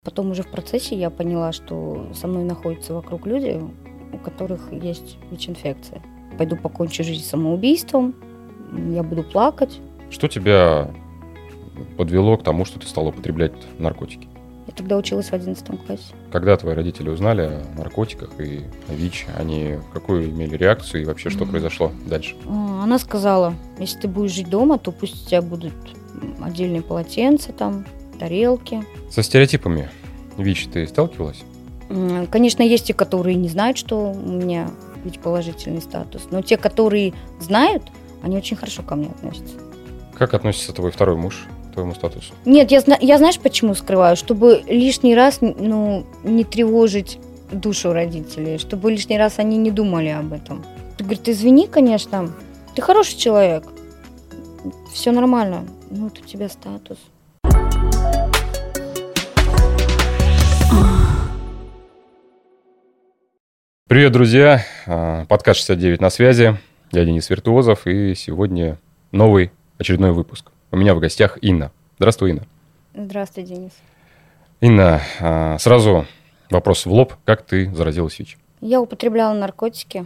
потом уже в процессе я поняла, что со мной находятся вокруг люди, у которых есть ВИЧ-инфекция. Пойду покончу жизнь самоубийством, я буду плакать. Что тебя подвело к тому, что ты стала употреблять наркотики? Я тогда училась в 11 классе. Когда твои родители узнали о наркотиках и о ВИЧ, они какую имели реакцию и вообще что произошло дальше? Она сказала, если ты будешь жить дома, то пусть у тебя будут отдельные полотенца, там, тарелки. Со стереотипами ВИЧ ты сталкивалась? Конечно, есть те, которые не знают, что у меня ВИЧ-положительный статус, но те, которые знают, они очень хорошо ко мне относятся. Как относится твой второй муж к твоему статусу? Нет, я знаешь, почему скрываю? Чтобы лишний раз не тревожить душу родителей, чтобы лишний раз они не думали об этом. Ты говорит, извини, конечно, ты хороший человек, все нормально, но вот у тебя статус. Привет, друзья! Подкаст 69 на связи. Я Денис Виртуозов, и сегодня новый очередной выпуск. У меня в гостях Инна. Здравствуй, Инна. Здравствуй, Денис. Инна, сразу вопрос в лоб. Как ты заразилась ВИЧ? Я употребляла наркотики,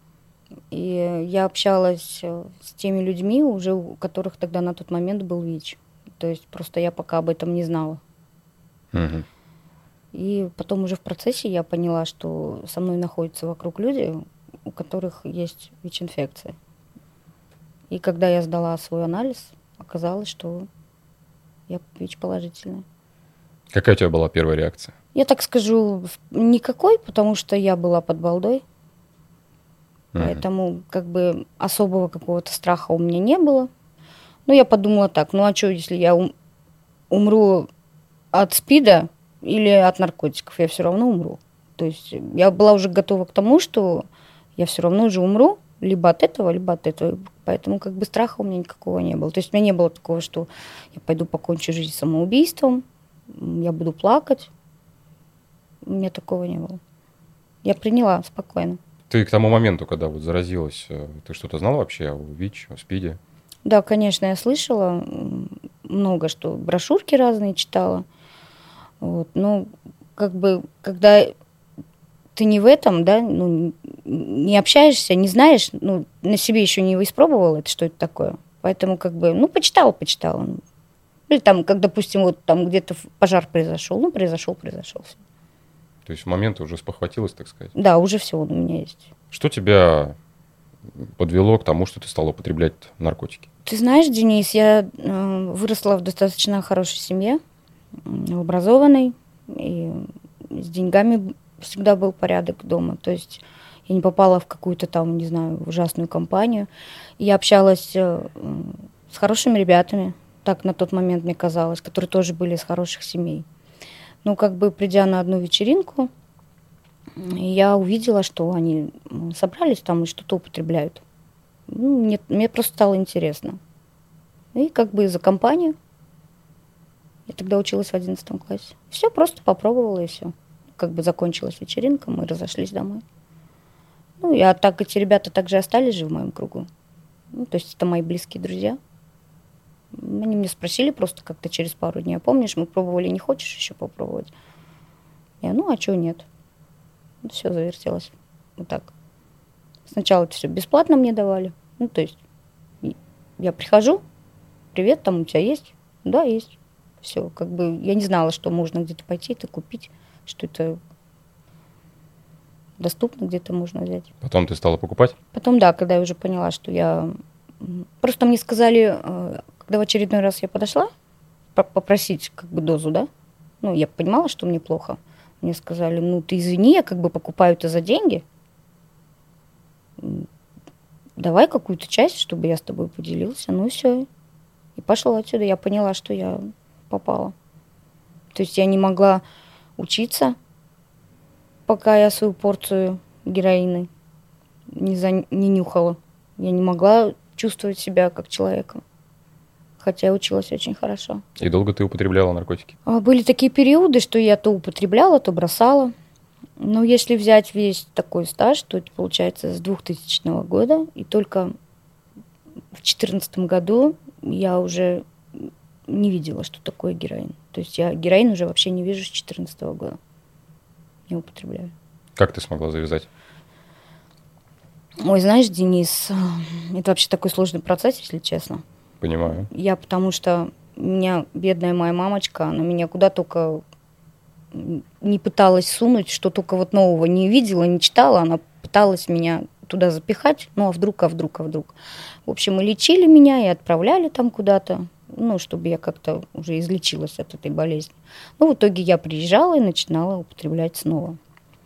и я общалась с теми людьми, уже у которых тогда на тот момент был ВИЧ. То есть просто я пока об этом не знала. Угу. И потом уже в процессе я поняла, что со мной находятся вокруг люди, у которых есть ВИЧ-инфекция. И когда я сдала свой анализ, оказалось, что я ВИЧ-положительная. Какая у тебя была первая реакция? Я так скажу, никакой, потому что я была под балдой. Поэтому как бы особого какого-то страха у меня не было. Но я подумала так, ну а что, если я умру от СПИДа или от наркотиков, я все равно умру. То есть я была уже готова к тому, что я все равно уже умру, либо от этого, либо от этого. Поэтому как бы страха у меня никакого не было. То есть у меня не было такого, что я пойду покончу жизнь самоубийством, я буду плакать. У меня такого не было. Я приняла спокойно. Ты к тому моменту, когда вот заразилась, ты что-то знала вообще о ВИЧ, о СПИДе? Да, конечно, я слышала много, что брошюрки разные читала. Вот. Но как бы, когда ты не в этом, да, ну, не общаешься, не знаешь, ну, на себе еще не испробовала это, что это такое. Поэтому как бы, ну, почитала. Или там, как, допустим, вот там где-то пожар произошел, ну, произошел. То есть в момент ты уже спохватилась, так сказать? Да, уже все у меня есть. Что тебя подвело к тому, что ты стала употреблять наркотики? Ты знаешь, Денис, я выросла в достаточно хорошей семье, образованной, и с деньгами всегда был порядок дома. То есть я не попала в какую-то там, не знаю, ужасную компанию. Я общалась с хорошими ребятами, так на тот момент мне казалось, которые тоже были из хороших семей. Ну, как бы придя на одну вечеринку, я увидела, что они собрались там и что-то употребляют. Ну, мне просто стало интересно. И как бы за компанию. Я тогда училась в 11 классе. Все, просто попробовала, и все. Как бы закончилась вечеринка, мы разошлись домой. Ну, так эти ребята также остались же в моем кругу. Ну, то есть это мои близкие друзья. Они меня спросили просто как-то через пару дней. Помнишь, мы пробовали, не хочешь еще попробовать? Я, ну, а чего нет? Ну, все, завертелось. Вот так. Сначала это все бесплатно мне давали. Ну, то есть я прихожу, привет, там у тебя есть? Да, есть. Все, как бы я не знала, что можно где-то пойти это купить, что это доступно, где-то можно взять. Потом ты стала покупать? Потом, да, когда я уже поняла, что я... Просто мне сказали, когда в очередной раз я подошла попросить как бы дозу, да, ну, я понимала, что мне плохо. Мне сказали, ну, ты извини, я как бы покупаю это за деньги. Давай какую-то часть, чтобы я с тобой поделился. Ну, и все. И пошла отсюда. Я поняла, что я попала. То есть я не могла учиться, пока я свою порцию героина не нюхала. Я не могла чувствовать себя как человеком. Хотя я училась очень хорошо. И долго ты употребляла наркотики? Были такие периоды, что я то употребляла, то бросала. Но если взять весь такой стаж, то это получается с 2000 года. И только в 2014 году я уже не видела, что такое героин. То есть я героин уже вообще не вижу с 2014 года. Не употребляю. Как ты смогла завязать? Ой, знаешь, Денис, это вообще такой сложный процесс, если честно. Понимаю. Я потому что меня, бедная моя мамочка, она меня куда только не пыталась сунуть, что только вот нового не видела, не читала, она пыталась меня туда запихать, ну а вдруг. В общем, и лечили меня, и отправляли там куда-то, ну, чтобы я как-то уже излечилась от этой болезни. Ну, в итоге я приезжала и начинала употреблять снова.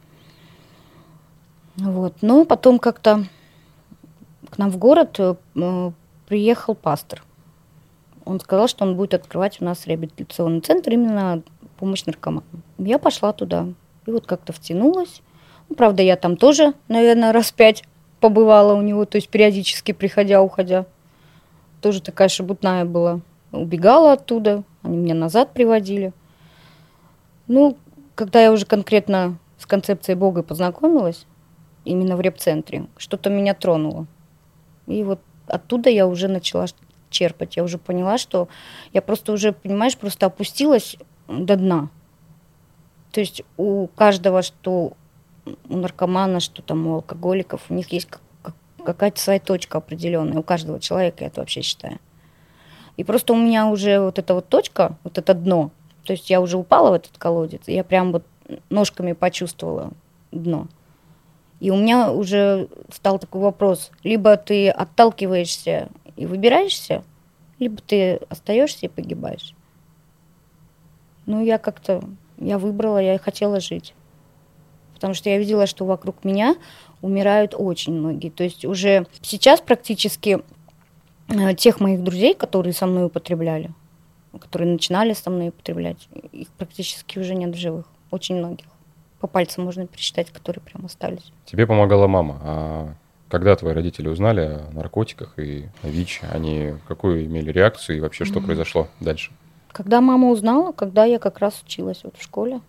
Вот. Но потом как-то к нам в город приехал пастор. Он сказал, что он будет открывать у нас реабилитационный центр именно помощь наркоманам. Я пошла туда. И вот как-то втянулась. Ну, правда, я там тоже, наверное, раз 5 побывала у него, то есть периодически приходя, уходя. Тоже такая шебутная была. Убегала оттуда, они меня назад приводили. Ну, когда я уже конкретно с концепцией Бога познакомилась, именно в реп-центре, что-то меня тронуло. И вот оттуда я уже начала черпать. Я уже поняла, что я просто уже, понимаешь, просто опустилась до дна. То есть у каждого, что у наркомана, что там у алкоголиков, у них есть какая-то своя точка определенная. У каждого человека, я это вообще считаю. И просто у меня уже вот эта вот точка, вот это дно, то есть я уже упала в этот колодец, и я прям вот ножками почувствовала дно. И у меня уже стал такой вопрос: либо ты отталкиваешься и выбираешься, либо ты остаешься и погибаешь. Ну, я выбрала, я хотела жить. Потому что я видела, что вокруг меня умирают очень многие. То есть уже сейчас практически тех моих друзей, которые со мной употребляли, которые начинали со мной употреблять, их практически уже нет в живых. Очень многих. По пальцам можно пересчитать, которые прям остались. Тебе помогала мама. А когда твои родители узнали о наркотиках и о ВИЧ, они какую имели реакцию и вообще что произошло дальше? Когда мама узнала, когда я как раз училась вот в школе.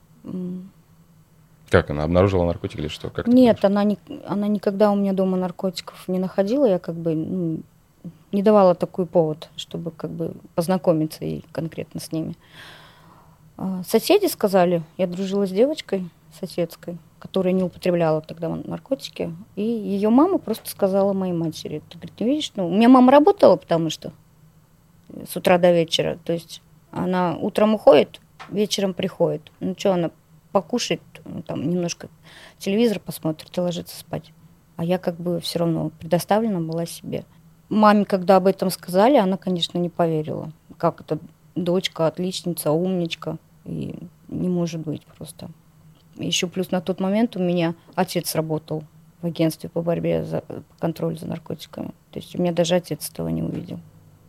Как она обнаружила наркотик или что? Как Нет, она никогда у меня дома наркотиков не находила. Я как бы не давала такой повод, чтобы как бы познакомиться и конкретно с ними. Соседи сказали, я дружила с девочкой соседской, которая не употребляла тогда наркотики, и ее мама просто сказала моей матери: ты, говорит, не видишь, у меня мама работала, потому что с утра до вечера, то есть она утром уходит, вечером приходит, ну что, она покушает, там немножко телевизор посмотрит и ложится спать, а я как бы все равно предоставлена была себе. Маме, когда об этом сказали, она, конечно, не поверила, как это дочка, отличница, умничка, и не может быть просто. Еще плюс на тот момент у меня отец работал в агентстве по борьбе по контролю за наркотиками. То есть у меня даже отец этого не увидел.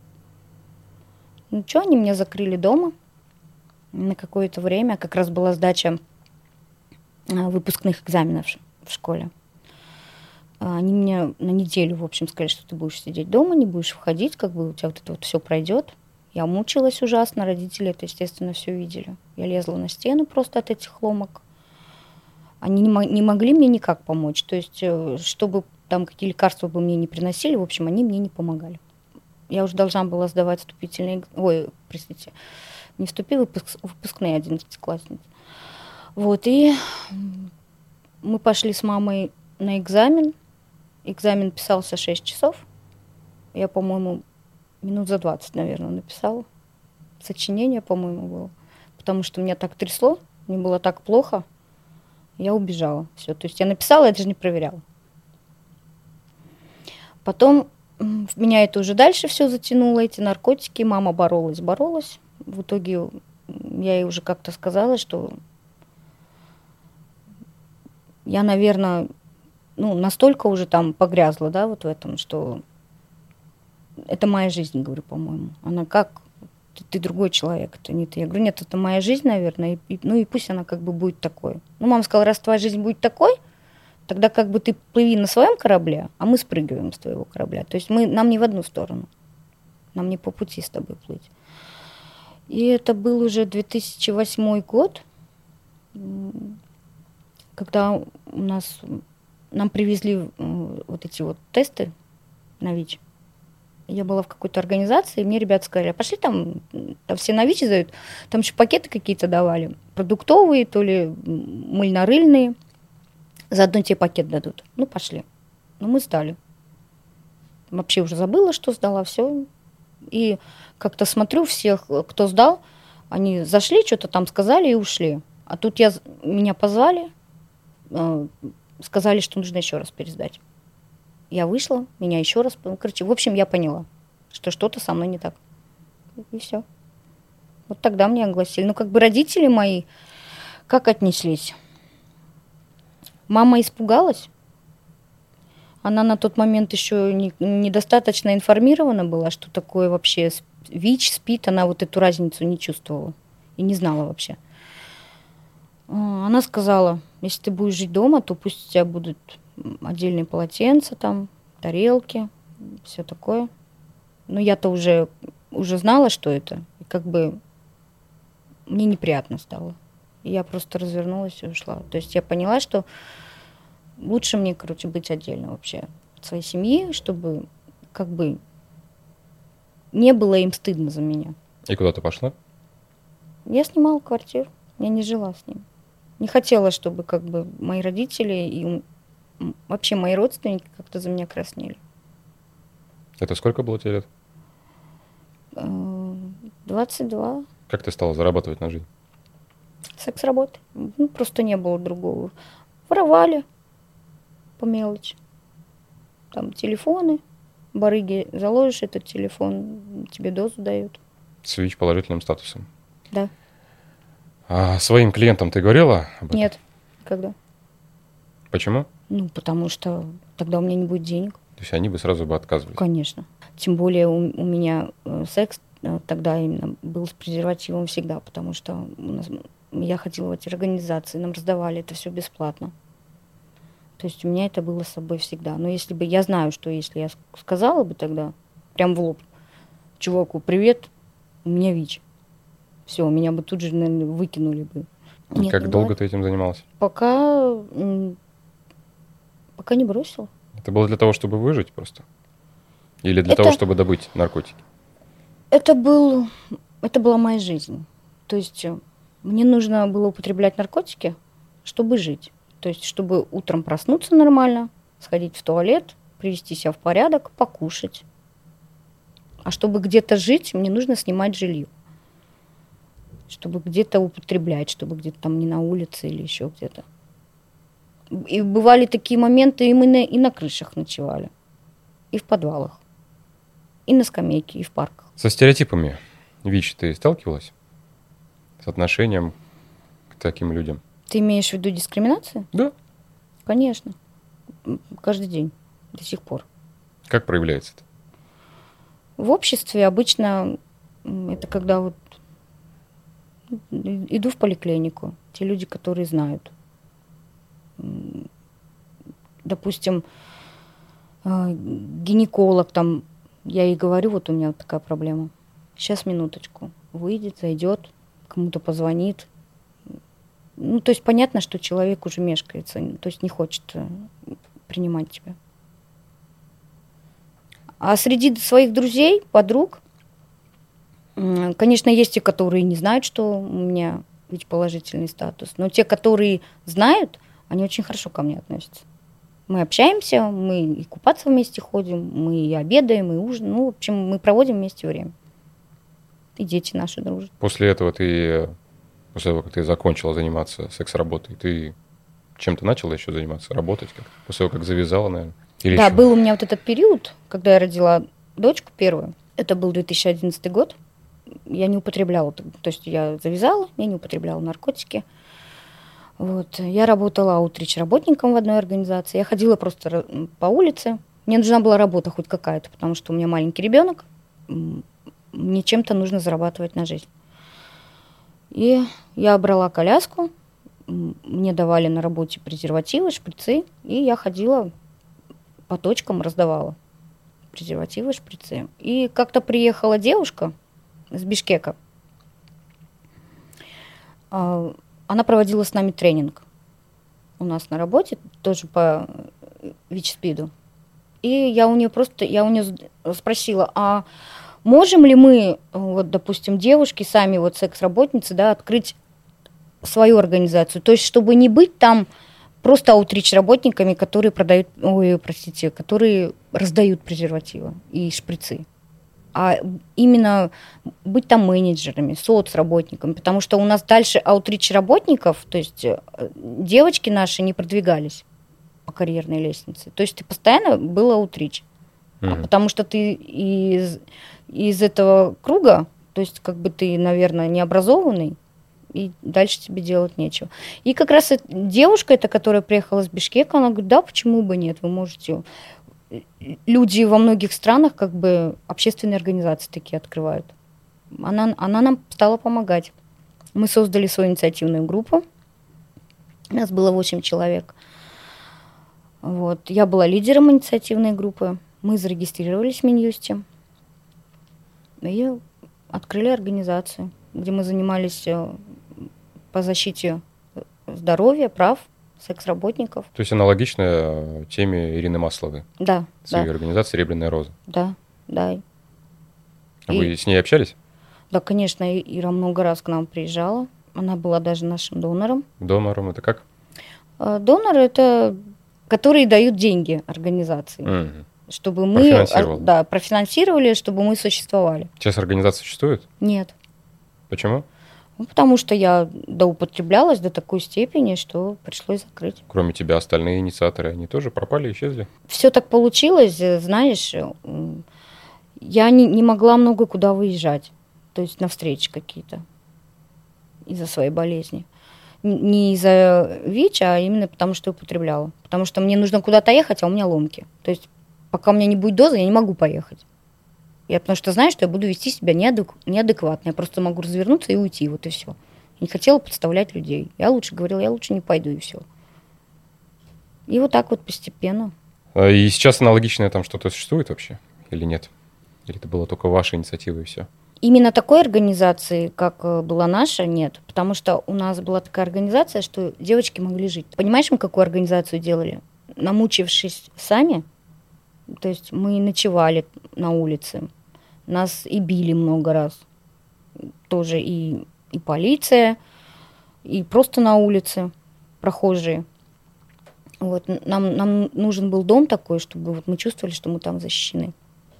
Ну что, они меня закрыли дома на какое-то время. Как раз была сдача выпускных экзаменов в школе. Они мне на неделю, в общем, сказали, что ты будешь сидеть дома, не будешь входить, как бы у тебя вот это вот все пройдет. Я мучилась ужасно, родители это, естественно, все видели. Я лезла на стену просто от этих ломок. Они не могли мне никак помочь. То есть, чтобы там какие лекарства бы мне не приносили, в общем, они мне не помогали. Я уже должна была сдавать вступительные... не выпускные 11-классницы. Вот, и мы пошли с мамой на экзамен. Экзамен писался 6 часов. Я, по-моему, минут за 20, наверное, написала. Сочинение, по-моему, было. Потому что меня так трясло, мне было так плохо. Я убежала. Все. То есть я написала, я даже не проверяла. Потом меня это уже дальше все затянуло, эти наркотики. Мама боролась. В итоге я ей уже как-то сказала, что я, наверное, настолько уже там погрязла, да, вот в этом, что это моя жизнь, говорю, по-моему. Она как? Ты другой человек, это не ты. Я говорю, нет, это моя жизнь, наверное, и пусть она как бы будет такой. Мама сказала, раз твоя жизнь будет такой, тогда как бы ты плыви на своем корабле, а мы спрыгиваем с твоего корабля. То есть нам не в одну сторону, нам не по пути с тобой плыть. И это был уже 2008 год, когда нам привезли вот эти вот тесты на ВИЧ. Я была в какой-то организации, и мне ребята сказали, пошли там все на ВИЧ сдают, там еще пакеты какие-то давали, продуктовые, то ли мыльно-рыльные, заодно тебе пакет дадут. Ну, пошли. Ну, мы сдали. Вообще уже забыла, что сдала, все. И как-то смотрю, всех, кто сдал, они зашли, что-то там сказали и ушли. А тут меня позвали, сказали, что нужно еще раз пересдать. Я вышла, меня еще раз... Короче, в общем, я поняла, что что-то со мной не так. И все. Вот тогда мне огласили. Ну, как бы родители мои как отнеслись? Мама испугалась. Она на тот момент еще недостаточно информирована была, что такое вообще ВИЧ, СПИД. Она вот эту разницу не чувствовала и не знала вообще. Она сказала, если ты будешь жить дома, то пусть у тебя будут отдельные полотенца, там, тарелки, все такое. Но я-то уже знала, что это. И как бы мне неприятно стало. И я просто развернулась и ушла. То есть я поняла, что лучше мне, короче, быть отдельно вообще от своей семьи, чтобы как бы не было им стыдно за меня. И куда ты пошла? Я снимала квартиру. Я не жила с ним. Не хотела, чтобы как бы мои родители и вообще мои родственники как-то за меня краснели. Это сколько было тебе лет? 22. Как ты стала зарабатывать на жизнь? Секс-работы. Ну, просто не было другого. Воровали по мелочи. Там телефоны. Барыги заложишь этот телефон, тебе дозу дают. С ВИЧ-положительным статусом? Да. А своим клиентам ты говорила об этом? Нет. Никогда. Почему? Ну, потому что тогда у меня не будет денег. То есть они бы сразу бы отказывались? Конечно. Тем более у меня секс тогда именно был с презервативом всегда, потому что я ходила в эти организации, нам раздавали это все бесплатно. То есть у меня это было с собой всегда. Но если бы я знаю, что если я сказала бы тогда, прям в лоб, чуваку, привет, у меня ВИЧ. Все, меня бы тут же, наверное, выкинули бы. Нет, как долго ты этим занималась? Пока не бросила. Это было для того, чтобы выжить просто? Или для того, чтобы добыть наркотики? Это была моя жизнь. То есть мне нужно было употреблять наркотики, чтобы жить. То есть чтобы утром проснуться нормально, сходить в туалет, привести себя в порядок, покушать. А чтобы где-то жить, мне нужно снимать жилье. Чтобы где-то употреблять, чтобы где-то там не на улице или еще где-то. И бывали такие моменты, и мы и на крышах ночевали, и в подвалах, и на скамейке, и в парках. Со стереотипами ВИЧ ты сталкивалась? С отношением к таким людям? Ты имеешь в виду дискриминацию? Да. Конечно. Каждый день, до сих пор. Как проявляется это? В обществе обычно это когда вот иду в поликлинику, те люди, которые знают. Допустим, гинеколог там, я ей говорю, вот у меня вот такая проблема. Сейчас, минуточку. Выйдет, зайдет, кому-то позвонит. Ну, то есть понятно, что человек уже мешкается, то есть не хочет принимать тебя. А среди своих друзей, подруг, конечно, есть те, которые не знают, что у меня ВИЧ-положительный статус, но те, которые знают, они очень хорошо ко мне относятся. Мы общаемся, мы и купаться вместе ходим, мы и обедаем, и ужинаем. Ну, в общем, мы проводим вместе время. И дети наши дружат. После того, как ты закончила заниматься секс-работой, ты чем-то начала еще заниматься, работать? После того, как завязала, наверное? Или да, еще? Был у меня вот этот период, когда я родила дочку первую. Это был 2011 год. Я не употребляла, то есть я завязала, я не употребляла наркотики. Вот. Я работала аутрич-работником в одной организации. Я ходила просто по улице. Мне нужна была работа хоть какая-то, потому что у меня маленький ребенок. Мне чем-то нужно зарабатывать на жизнь. И я брала коляску. Мне давали на работе презервативы, шприцы. И я ходила по точкам, раздавала презервативы, шприцы. И как-то приехала девушка с Бишкека. Она проводила с нами тренинг у нас на работе, тоже по ВИЧ-СПИДу. И я у нее спросила, а можем ли мы, вот, допустим, девушки, сами вот секс-работницы, да, открыть свою организацию? То есть, чтобы не быть там просто аутрич-работниками, которые которые раздают презервативы и шприцы, а именно быть там менеджерами, соцработниками, потому что у нас дальше аутрич-работников, то есть девочки наши не продвигались по карьерной лестнице. То есть ты постоянно был аутрич. Потому что ты из этого круга, то есть как бы ты, наверное, необразованный, и дальше тебе делать нечего. И как раз девушка эта, которая приехала с Бишкека, она говорит, да, почему бы нет, вы можете. Люди во многих странах как бы общественные организации такие открывают. Она нам стала помогать. Мы создали свою инициативную группу. У нас было 8 человек. Вот. Я была лидером инициативной группы. Мы зарегистрировались в Минюсте и открыли организацию, где мы занимались по защите здоровья, прав секс-работников. То есть аналогично теме Ирины Масловой. Да. С ее организацией «Серебряная роза». Да. Вы с ней общались? Да, конечно, Ира много раз к нам приезжала. Она была даже нашим донором. Донором это как? Донор – это которые дают деньги организации. Чтобы мы профинансировали, чтобы мы существовали. Сейчас организация существует? Нет. Почему? Потому что я доупотреблялась до такой степени, что пришлось закрыть. Кроме тебя, остальные инициаторы, они тоже пропали, исчезли? Все так получилось, знаешь, я не могла много куда выезжать, то есть на встречи какие-то из-за своей болезни. Не из-за ВИЧ, а именно потому, что употребляла. Потому что мне нужно куда-то ехать, а у меня ломки. То есть пока у меня не будет дозы, я не могу поехать. Я потому что знаю, что я буду вести себя неадекватно. Я просто могу развернуться и уйти, вот и все. Не хотела подставлять людей. Я лучше говорила, я лучше не пойду, и все. И вот так вот постепенно. И сейчас аналогичное там что-то существует вообще? Или нет? Или это была только ваша инициатива и все? Именно такой организации, как была наша, нет. Потому что у нас была такая организация, что девочки могли жить. Понимаешь, мы какую организацию делали? Намучившись сами, то есть мы ночевали на улице. Нас и били много раз. Тоже и полиция, и просто на улице прохожие. Вот. Нам нужен был дом такой, чтобы вот мы чувствовали, что мы там защищены.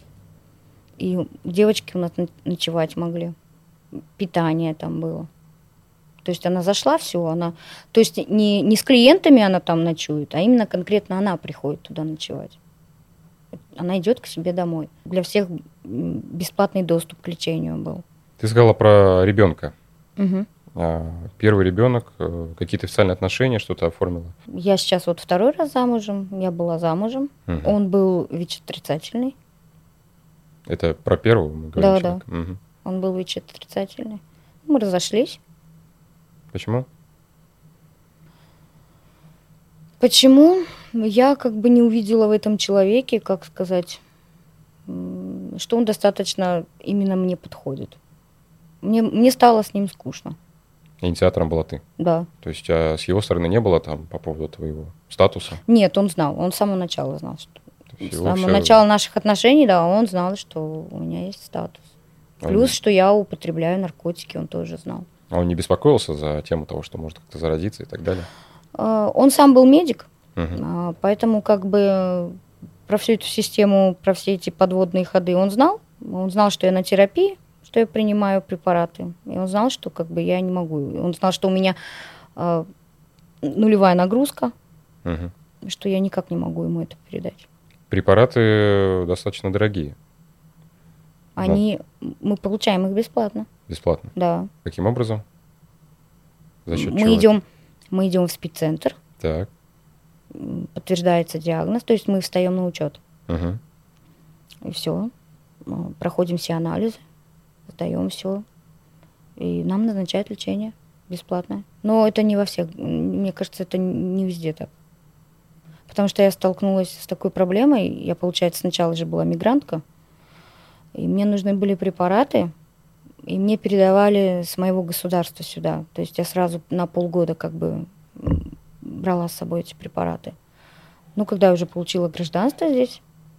И девочки у нас ночевать могли. Питание там было. То есть она зашла, все, она... То есть не с клиентами она там ночует, а именно конкретно она приходит туда ночевать. Она идет к себе домой. Для всех бесплатный доступ к лечению был. Ты сказала про ребенка. Угу. Первый ребенок, какие-то официальные отношения, что-то оформила? Я сейчас вот второй раз замужем. Я была замужем. Угу. Он был ВИЧ-отрицательный. Это про первого мы говорим? Да. Угу. Он был ВИЧ-отрицательный. Мы разошлись. Почему? Почему? Я как бы не увидела в этом человеке, как сказать, что он достаточно именно мне подходит. Мне стало с ним скучно. Инициатором была ты? Да. То есть с его стороны не было там по поводу твоего статуса? Нет, он знал. Он с самого начала знал, что... С самого начала наших отношений, да, он знал, что у меня есть статус. Плюс, что я употребляю наркотики, он тоже знал. А он не беспокоился за тему того, что может как-то заразиться и так далее? Он сам был медик, поэтому как бы про всю эту систему, про все эти подводные ходы он знал. Он знал, что я на терапии, что я принимаю препараты. И он знал, что как бы я не могу. Он знал, что у меня нулевая нагрузка, что я никак не могу ему это передать. Препараты достаточно дорогие. Мы получаем их бесплатно. Бесплатно? Да. Каким образом? За счет чего? Мы идем в спеццентр. Так. Подтверждается диагноз, то есть мы встаем на учет. Угу. И все. Проходим все анализы, сдаем все. И нам назначают лечение бесплатное. Но это не во всех. Мне кажется, это не везде так. Потому что я столкнулась с такой проблемой. Я, получается, сначала же была мигрантка. И мне нужны были препараты. И мне передавали с моего государства сюда. То есть я сразу на полгода как бы брала с собой эти препараты. Ну, когда я уже получила гражданство здесь,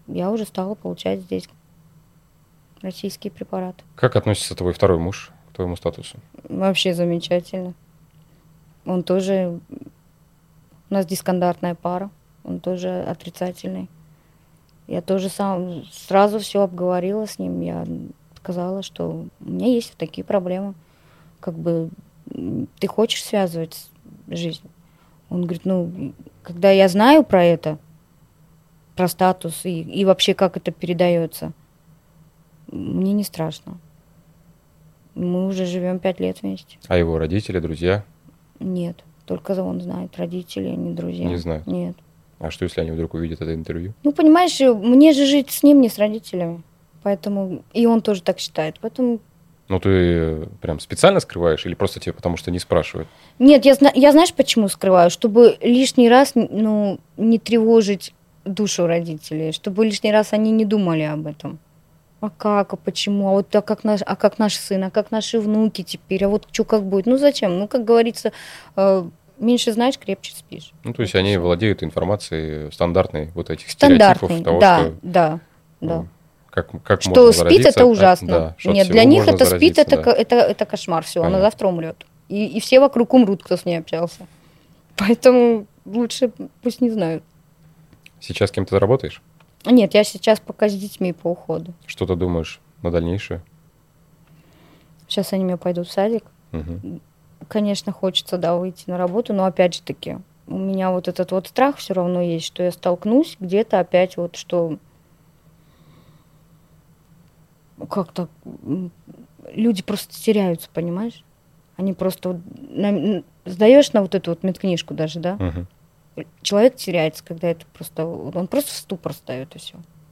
я уже стала получать здесь российские препараты. Как относится твой второй муж к твоему статусу? Вообще замечательно. Он тоже... У нас дискандартная пара. Он тоже отрицательный. Я тоже сразу все обговорила с ним. Я сказала, что у меня есть вот такие проблемы. Как бы ты хочешь связывать жизнь? Он говорит, ну, когда я знаю про это, про статус и вообще как это передается, мне не страшно. Мы уже живем 5 лет вместе. А его родители, друзья? Нет, только он знает. Родители, не друзья. Не знают? Нет. А что, если они вдруг увидят это интервью? Ну, понимаешь, мне же жить с ним, не с родителями. Поэтому... И он тоже так считает. Поэтому... Ну, ты прям специально скрываешь или просто тебе потому что не спрашивают? Нет, я знаешь, почему скрываю? Чтобы лишний раз, ну, не тревожить душу родителей. Чтобы лишний раз они не думали об этом. А как, а почему, как наш сын, а как наши внуки теперь, а вот что как будет? Ну, зачем? Ну, как говорится... меньше знаешь, крепче спишь. Ну, то есть они владеют информацией стандартной вот этих стереотипов того, да, что... Да. Как что можно спит, заразиться. это ужасно. Да, нет, для них это спит, это кошмар. Все, она завтра умрет. И все вокруг умрут, кто с ней общался. Поэтому лучше пусть не знают. Сейчас кем ты работаешь? Нет, я сейчас пока с детьми по уходу. Что ты думаешь на дальнейшее? Сейчас они меня пойдут в садик. Угу. Конечно, хочется, да, выйти на работу, но опять же таки, у меня вот этот вот страх все равно есть, что я столкнусь где-то опять вот, что как-то люди просто теряются, понимаешь? Они просто... Сдаешь на вот эту вот медкнижку даже, да? Угу. Человек теряется, когда это просто... Он просто в ступор ставит, и все.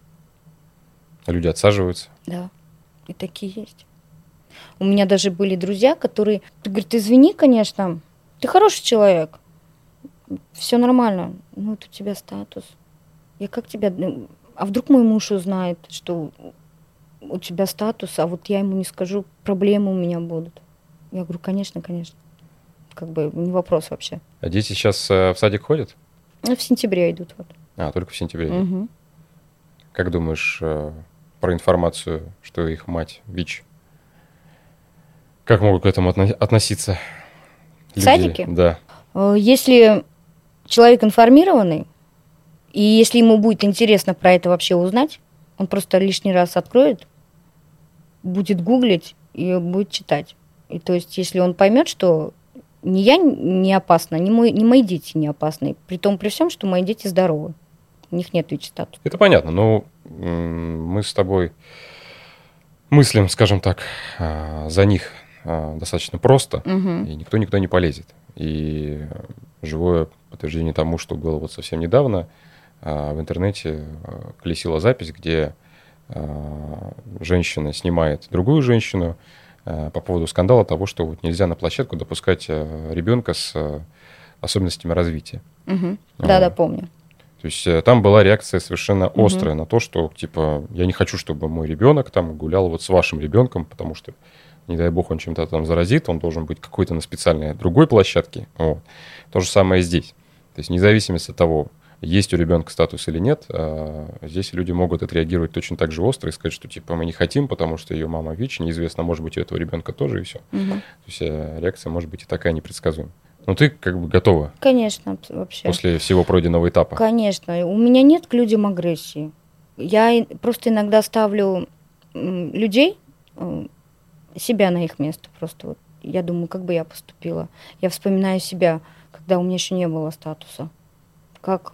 Люди отсаживаются? Да, и такие есть. У меня даже были друзья, которые говорят, извини, конечно, ты хороший человек, все нормально, но вот у тебя статус. Я как тебя... А вдруг мой муж узнает, что у тебя статус, а вот я ему не скажу, проблемы у меня будут. Я говорю, конечно. Как бы не вопрос вообще. А дети сейчас в садик ходят? В сентябре идут. Вот. А, только в сентябре. Угу. Как думаешь про информацию, что их мать ВИЧ? Как могут к этому относиться В садике? Да. Если человек информированный, и если ему будет интересно про это вообще узнать, он просто лишний раз откроет, будет гуглить и будет читать. И то есть, если он поймет, что ни я не опасна, ни мои дети не опасны, при том, при всем, что мои дети здоровы, у них нет ВИЧ-статуса. Это понятно, но мы с тобой мыслим, скажем так, за них достаточно просто, и никто никуда не полезет. И живое подтверждение тому, что было вот совсем недавно, в интернете колесила запись, где женщина снимает другую женщину по поводу скандала того, что вот нельзя на площадку допускать ребенка с особенностями развития. Да, помню. То есть там была реакция совершенно острая на то, что типа я не хочу, чтобы мой ребенок там гулял вот с вашим ребенком, потому что, не дай бог, он чем-то там заразит, он должен быть какой-то на специальной другой площадке. Вот. То же самое здесь. То есть вне зависимости от того, есть у ребенка статус или нет, здесь люди могут отреагировать точно так же остро и сказать, что типа мы не хотим, потому что ее мама ВИЧ, неизвестно, может быть, у этого ребенка тоже, и все. То есть реакция может быть и такая непредсказуемая. Но ты как бы готова? Конечно, вообще. После всего пройденного этапа? Конечно. У меня нет к людям агрессии. Я просто иногда ставлю людей, себя на их место. Просто вот я думаю, как бы я поступила. Я вспоминаю себя, когда у меня еще не было статуса. Как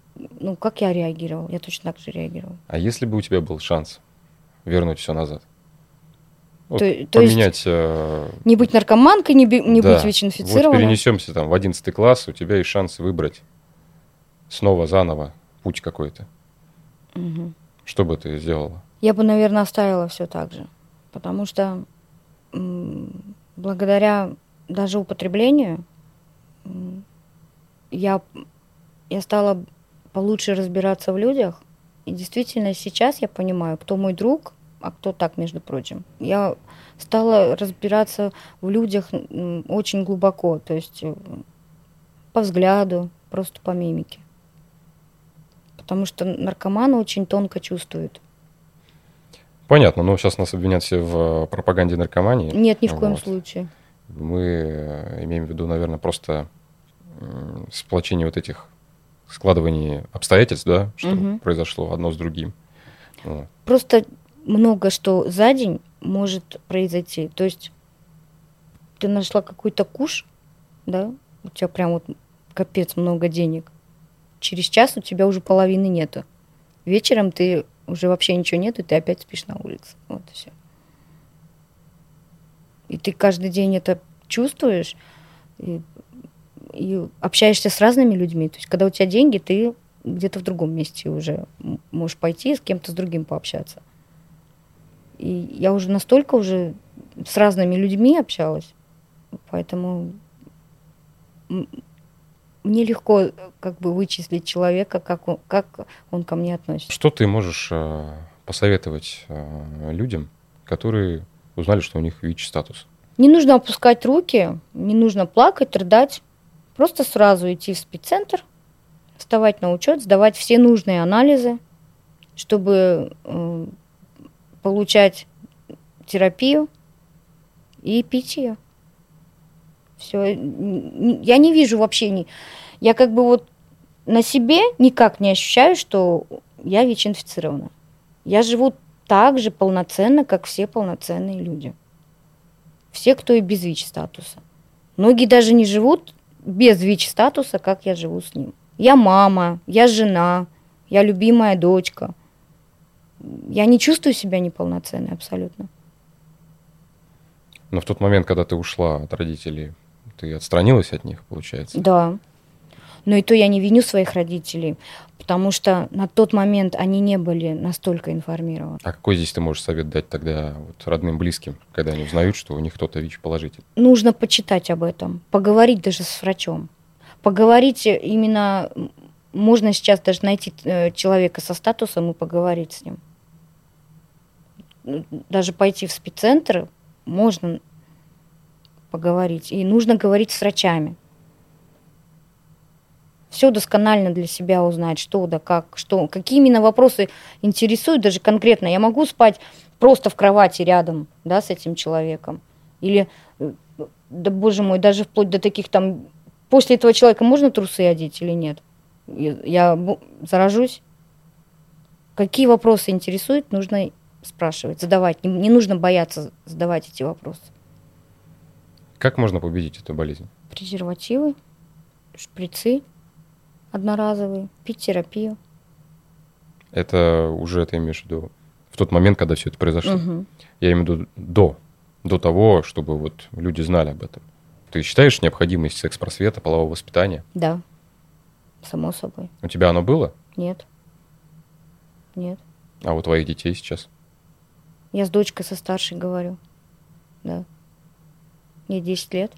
я реагировала? Я точно так же реагировала. А если бы у тебя был шанс вернуть все назад? Вот то поменять... есть не быть наркоманкой, не быть ВИЧ-инфицированной? Вот перенесемся там в 11 класс, у тебя есть шанс выбрать снова, заново путь какой-то. Что бы ты сделала? Я бы, наверное, оставила все так же. Потому что благодаря даже употреблению я стала получше разбираться в людях. И действительно сейчас я понимаю, кто мой друг, а кто так, между прочим. Я стала разбираться в людях очень глубоко, то есть по взгляду, просто по мимике. Потому что наркоманы очень тонко чувствуют. Понятно, но сейчас нас обвинят все в пропаганде наркомании. Нет, ни в коем случае. Мы имеем в виду, наверное, просто сплочение вот этих складываний обстоятельств, да, что произошло одно с другим. Вот. Просто много что за день может произойти. То есть ты нашла какой-то куш, да, у тебя прям вот капец много денег. Через час у тебя уже половины нету. Вечером ты уже вообще ничего нету, и ты опять спишь на улице. Вот и все. И ты каждый день это чувствуешь и общаешься с разными людьми. То есть, когда у тебя деньги, ты где-то в другом месте уже можешь пойти с кем-то с другим пообщаться. И я уже настолько уже с разными людьми общалась, поэтому мне легко как бы вычислить человека, как он ко мне относится. Что ты можешь посоветовать людям, которые узнали, что у них ВИЧ-статус? Не нужно опускать руки, не нужно плакать, рыдать. Просто сразу идти в спеццентр, вставать на учет, сдавать все нужные анализы, чтобы получать терапию и пить ее. Все. Я не вижу вообще я как бы вот на себе никак не ощущаю, что я ВИЧ-инфицирована. Я живу так же полноценно, как все полноценные люди. Все, кто и без ВИЧ-статуса. Многие даже не живут без ВИЧ-статуса, как я живу с ним. Я мама, я жена, я любимая дочка. Я не чувствую себя неполноценной абсолютно. Но в тот момент, когда ты ушла от родителей, ты отстранилась от них, получается? Да. Но и то я не виню своих родителей, потому что на тот момент они не были настолько информированы. А какой здесь ты можешь совет дать тогда вот родным, близким, когда они узнают, что у них кто-то ВИЧ-положительный? Нужно почитать об этом, поговорить даже с врачом. Поговорить именно, можно сейчас даже найти человека со статусом и поговорить с ним. Даже пойти в спеццентр можно поговорить. И нужно говорить с врачами. Все досконально для себя узнать, что да как, что, какие именно вопросы интересуют даже конкретно. Я могу спать просто в кровати рядом, да, с этим человеком. Или, да боже мой, даже вплоть до таких там, после этого человека можно трусы одеть или нет? Я заражусь? Какие вопросы интересуют, нужно спрашивать, задавать. Не нужно бояться задавать эти вопросы. Как можно победить эту болезнь? Презервативы, шприцы одноразовые, пить терапию. Это уже ты имеешь в виду в тот момент, когда все это произошло? Угу. Я имею в виду до того, чтобы вот люди знали об этом. Ты считаешь необходимость секс-просвета, полового воспитания? Да, само собой. У тебя оно было? Нет. Нет. А у твоих детей сейчас? Я с дочкой со старшей говорю. Да. Ей 10 лет.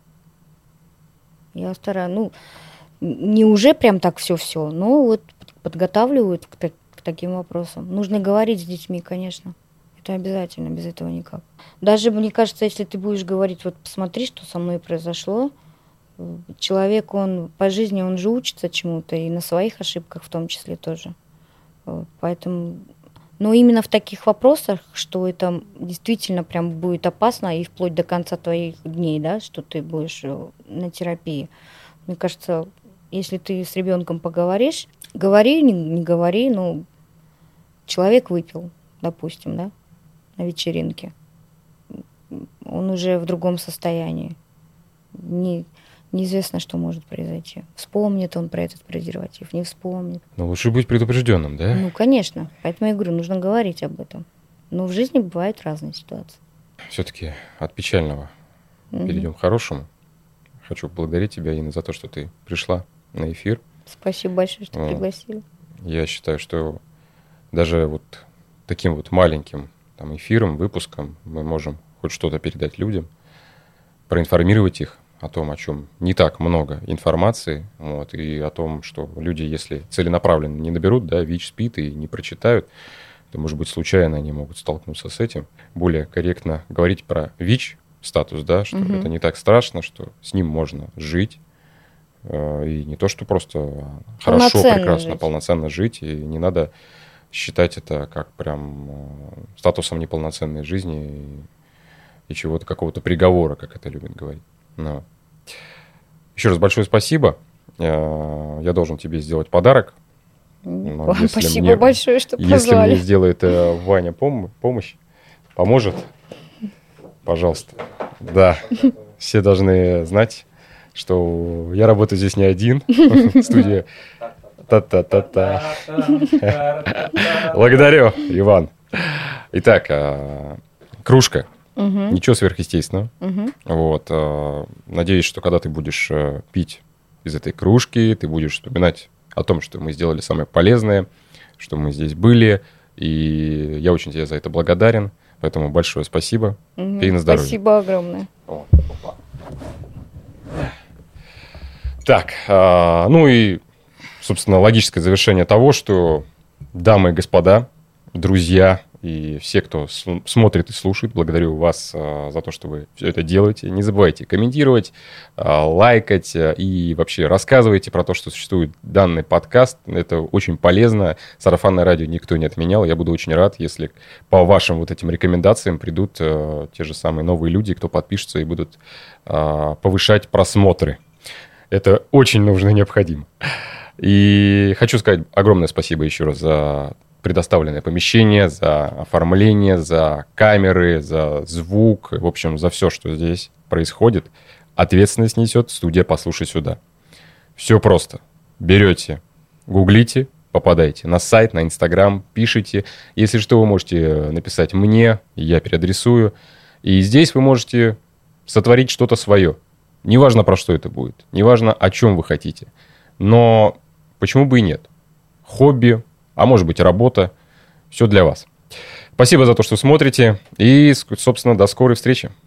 Я стараюсь, не уже прям так все, но вот подготавливают к таким вопросам. Нужно говорить с детьми, конечно. Это обязательно, без этого никак. Даже, мне кажется, если ты будешь говорить, вот посмотри, что со мной произошло, человек, он по жизни, он же учится чему-то, и на своих ошибках в том числе тоже. Вот, поэтому, но именно в таких вопросах, что это действительно прям будет опасно и вплоть до конца твоих дней, да, что ты будешь на терапии. Мне кажется, если ты с ребенком поговоришь, говори, не говори, человек выпил, допустим, да, на вечеринке. Он уже в другом состоянии. Неизвестно, что может произойти. Вспомнит он про этот презерватив, не вспомнит. Но лучше быть предупрежденным, да? Конечно. Поэтому я говорю, нужно говорить об этом. Но в жизни бывают разные ситуации. Все-таки от печального перейдем к хорошему. Хочу поблагодарить тебя, Инна, за то, что ты пришла на эфир. Спасибо большое, что пригласили. Я считаю, что даже вот таким вот маленьким эфиром, выпуском мы можем хоть что-то передать людям, проинформировать их о том, о чем не так много информации, и о том, что люди, если целенаправленно не наберут, да, ВИЧ, СПИД и не прочитают, то, может быть, случайно они могут столкнуться с этим. Более корректно говорить про ВИЧ-статус, да, что это не так страшно, что с ним можно жить, И не то, что просто хорошо, прекрасно, жить. Полноценно жить. И не надо считать это как прям статусом неполноценной жизни и чего-то, какого-то приговора, как это любят говорить. Но. Еще раз большое спасибо. Я должен тебе сделать подарок. Вам спасибо большое, что позвали. Если мне сделает Ваня помощь, поможет, пожалуйста. Да, все должны знать, что я работаю здесь не один. Студия. Та-та-та-та. Благодарю, Иван. Итак, кружка. Ничего сверхъестественного. Вот. Надеюсь, что когда ты будешь пить из этой кружки, ты будешь вспоминать о том, что мы сделали самое полезное, что мы здесь были. И я очень тебе за это благодарен. Поэтому большое спасибо. Пей на здоровье. Спасибо огромное. Так, ну и, собственно, логическое завершение того, что, дамы и господа, друзья и все, кто смотрит и слушает, благодарю вас за то, что вы все это делаете. Не забывайте комментировать, лайкать и вообще рассказывайте про то, что существует данный подкаст. Это очень полезно. Сарафанное радио никто не отменял. Я буду очень рад, если по вашим вот этим рекомендациям придут те же самые новые люди, кто подпишется и будут повышать просмотры. Это очень нужно и необходимо. И хочу сказать огромное спасибо еще раз за предоставленное помещение, за оформление, за камеры, за звук, в общем, за все, что здесь происходит. Ответственность несет студия «Послушай сюда». Все просто. Берете, гуглите, попадаете на сайт, на Инстаграм, пишите. Если что, вы можете написать мне, я переадресую. И здесь вы можете сотворить что-то свое. Неважно, про что это будет, неважно, о чем вы хотите. Но почему бы и нет? Хобби, а может быть, работа. Все для вас. Спасибо за то, что смотрите. И, собственно, до скорой встречи.